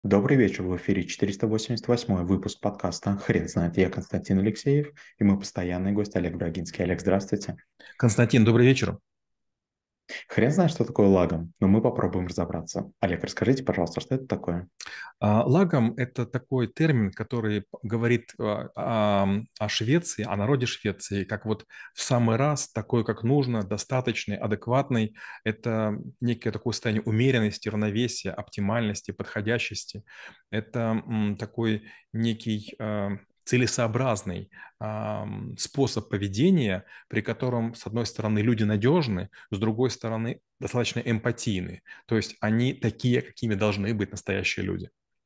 Добрый вечер, в эфире 488 выпуск подкаста «Хрен знает». Я Константин Алексеев и мой постоянный гость Олег Брагинский. Олег, здравствуйте. Константин, добрый вечер. Хрен знает, что такое лагом, но мы попробуем разобраться. Олег, расскажите, пожалуйста, что это такое? Лагом – это такой термин, который говорит о Швеции, о народе Швеции, как вот в самый раз, такой, как нужно, достаточный, адекватный. Это некое такое состояние умеренности, равновесия, оптимальности, подходящести. Это такой некий целесообразный способ поведения, при котором, с одной стороны, люди надежны, с другой стороны, достаточно эмпатийны. То есть они такие, какими должны быть настоящие люди.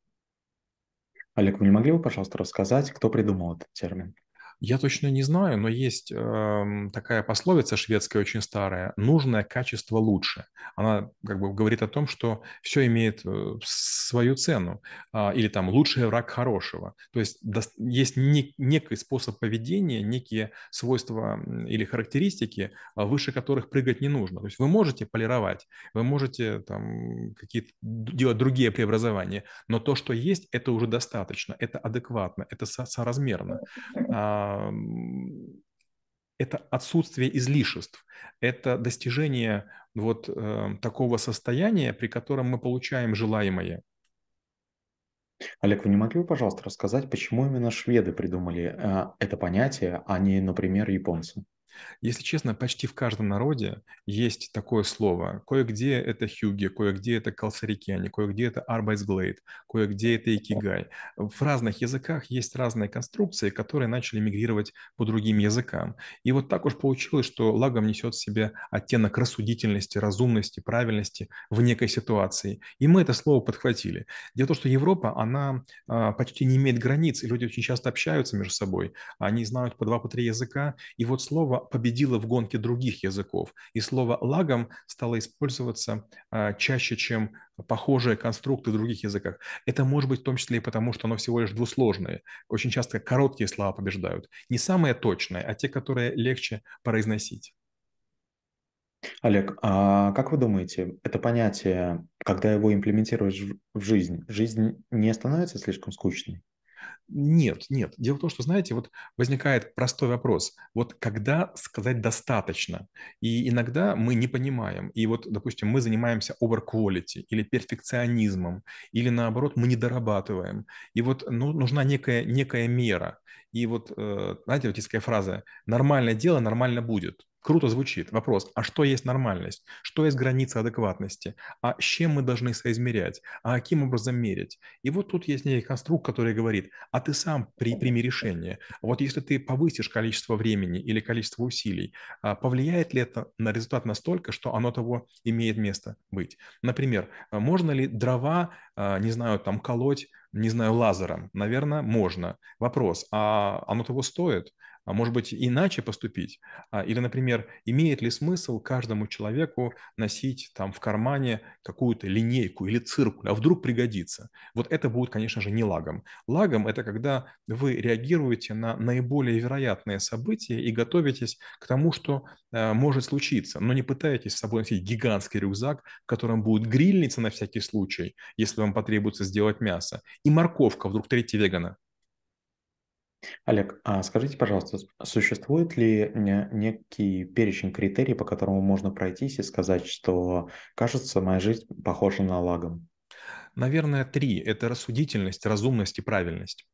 Олег, вы не могли бы, пожалуйста, рассказать, кто придумал этот термин? Я точно не знаю, но есть такая пословица шведская очень старая: «Нужное качество лучше». Она как бы говорит о том, что все имеет свою цену, или там лучший враг хорошего. То есть есть некий способ поведения, некие свойства или характеристики, выше которых прыгать не нужно. То есть вы можете полировать, вы можете там какие-то делать другие преобразования, но то, что есть, это уже достаточно, это адекватно, это соразмерно. А, это отсутствие излишеств, это достижение вот такого состояния, при котором мы получаем желаемое. Олег, вы не могли бы, пожалуйста, рассказать, почему именно шведы придумали это понятие, а не, например, японцы? Если честно, почти в каждом народе есть такое слово. Кое-где это хюги, кое-где это калсарикяне, кое-где это арбайсглейд, кое-где это икигай. В разных языках есть разные конструкции, которые начали мигрировать по другим языкам. И вот так уж получилось, что лагом несет в себе оттенок рассудительности, разумности, правильности в некой ситуации. И мы это слово подхватили. Дело в том, что Европа, она почти не имеет границ, и люди очень часто общаются между собой. Они знают по два, по три языка, и вот слово победило в гонке других языков. И слово «лагом» стало использоваться чаще, чем похожие конструкты в других языках. Это может быть в том числе и потому, что оно всего лишь двусложное. Очень часто короткие слова побеждают. Не самые точные, а те, которые легче произносить. Олег, а как вы думаете, это понятие, когда его имплементируешь в жизнь не становится слишком скучной? Нет, нет. Дело в том, что, знаете, вот возникает простой вопрос. Вот когда сказать «достаточно»? И иногда мы не понимаем. И вот, допустим, мы занимаемся over-quality или перфекционизмом, или наоборот, мы не дорабатываем. И вот нужна некая мера. И вот, знаете, вот есть такая фраза: «Нормальное дело нормально будет». Круто звучит. Вопрос: а что есть нормальность? Что есть граница адекватности? А с чем мы должны соизмерять? А каким образом мерить? И вот тут есть некий конструкт, который говорит: а ты сам прими решение. Вот если ты повысишь количество времени или количество усилий, повлияет ли это на результат настолько, что оно того имеет место быть? Например, можно ли дрова, не знаю, там колоть, не знаю, лазером? Наверное, можно. Вопрос: а оно того стоит? А может быть, иначе поступить? Или, например, имеет ли смысл каждому человеку носить там в кармане какую-то линейку или циркуль, а вдруг пригодится? Вот это будет, конечно же, не лагом. Лагом – это когда вы реагируете на наиболее вероятные события и готовитесь к тому, что может случиться, но не пытаетесь с собой носить гигантский рюкзак, в котором будет грильница на всякий случай, если вам потребуется сделать мясо, и морковка, вдруг третья вегана. Олег, а скажите, пожалуйста, существует ли некий перечень критерий, по которому можно пройтись и сказать, что, кажется, моя жизнь похожа на лагом? Наверное, три – это рассудительность, разумность и правильность.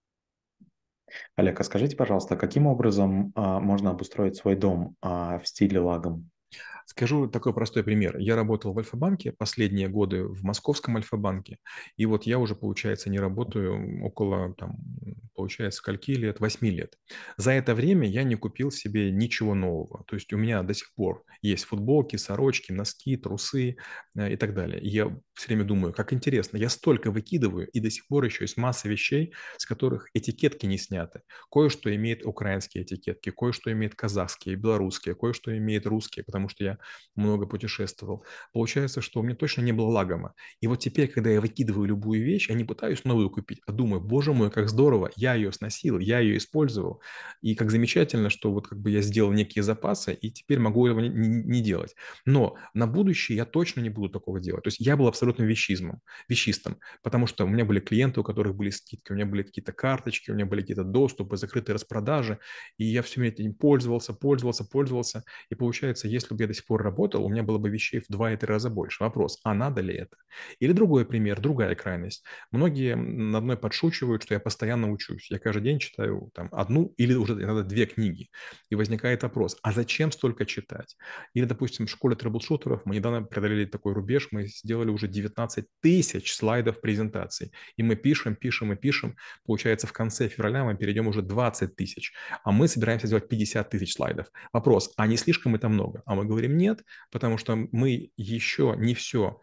Олег, а скажите, пожалуйста, каким образом можно обустроить свой дом в стиле лагом? Скажу такой простой пример. Я работал в Альфа-банке последние годы в московском Альфа-банке, и вот я уже, получается, не работаю около, там, получается, скольки лет? 8 лет. За это время я не купил себе ничего нового. То есть у меня до сих пор есть футболки, сорочки, носки, трусы и так далее. И я все время думаю, как интересно, я столько выкидываю, и до сих пор еще есть масса вещей, с которых этикетки не сняты. Кое-что имеет украинские этикетки, кое-что имеет казахские, белорусские, кое-что имеет русские, потому что я много путешествовал. Получается, что у меня точно не было лагома. И вот теперь, когда я выкидываю любую вещь, я не пытаюсь новую купить, а думаю: боже мой, как здорово, я я ее сносил, я ее использовал, и как замечательно, что вот как бы я сделал некие запасы, и теперь могу этого не делать. Но на будущее я точно не буду такого делать. То есть я был абсолютно вещистом, потому что у меня были клиенты, у которых были скидки, у меня были какие-то карточки, у меня были какие-то доступы, закрытые распродажи, и я все время этим пользовался. И получается, если бы я до сих пор работал, у меня было бы вещей в 2 и 3 раза больше. Вопрос, а надо ли это? Или другой пример, другая крайность. Многие над мной подшучивают, что я постоянно учусь. Я каждый день читаю там одну или уже иногда 2 книги. И возникает вопрос, а зачем столько читать? Или, допустим, в школе трэблшутеров мы недавно преодолели такой рубеж, мы сделали уже 19 тысяч слайдов презентаций. И мы пишем и пишем. Получается, в конце февраля мы перейдем уже 20 тысяч. А мы собираемся сделать 50 тысяч слайдов. Вопрос, а не слишком это много? А мы говорим нет, потому что мы еще не все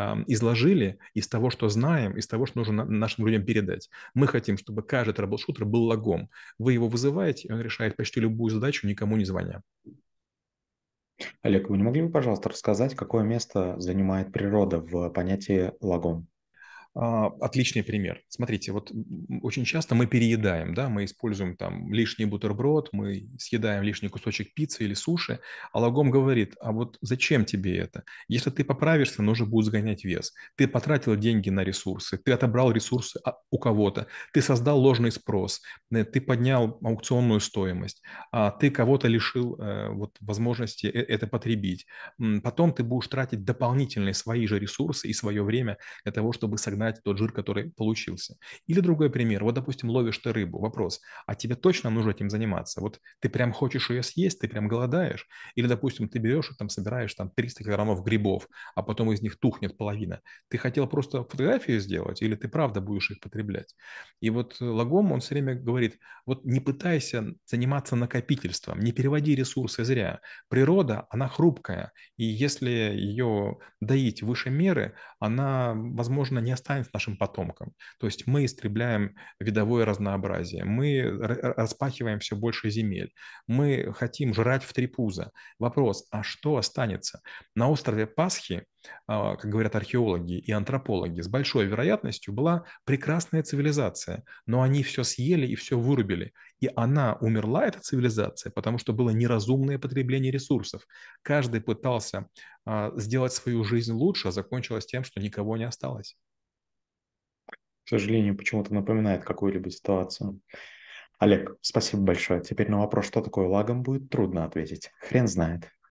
изложили из того, что знаем, из того, что нужно нашим людям передать. Мы хотим, чтобы каждый трэблшутер был логом. Вы его вызываете, и он решает почти любую задачу, никому не звоня. Олег, вы не могли бы, пожалуйста, рассказать, какое место занимает природа в понятии лагом? Отличный пример. Смотрите, вот очень часто мы переедаем, да, мы используем там лишний бутерброд, мы съедаем лишний кусочек пиццы или суши, а лагом говорит, а вот зачем тебе это? Если ты поправишься, нужно будет сгонять вес. Ты потратил деньги на ресурсы, ты отобрал ресурсы у кого-то, ты создал ложный спрос, ты поднял аукционную стоимость, а ты кого-то лишил вот возможности это потребить. Потом ты будешь тратить дополнительные свои же ресурсы и свое время для того, чтобы согнать тот жир, который получился. Или другой пример. Вот, допустим, ловишь ты рыбу. Вопрос, а тебе точно нужно этим заниматься? Вот ты прям хочешь ее съесть, ты прям голодаешь? Или, допустим, ты берешь и там собираешь там 300 килограммов грибов, а потом из них тухнет половина. Ты хотел просто фотографию сделать или ты правда будешь их потреблять? И вот Лагом, он все время говорит, вот не пытайся заниматься накопительством, не переводи ресурсы зря. Природа, она хрупкая, и если ее доить выше меры, она, возможно, не останется нашим потомкам. То есть мы истребляем видовое разнообразие, мы распахиваем все больше земель, мы хотим жрать в 3 пуза. Вопрос, а что останется? На острове Пасхи, как говорят археологи и антропологи, с большой вероятностью была прекрасная цивилизация, но они все съели и все вырубили. И она умерла, эта цивилизация, потому что было неразумное потребление ресурсов. Каждый пытался сделать свою жизнь лучше, а закончилось тем, что никого не осталось. К сожалению, почему-то напоминает какую-либо ситуацию. Олег, спасибо большое. Теперь на вопрос, что такое лагом, будет трудно ответить. Хрен знает.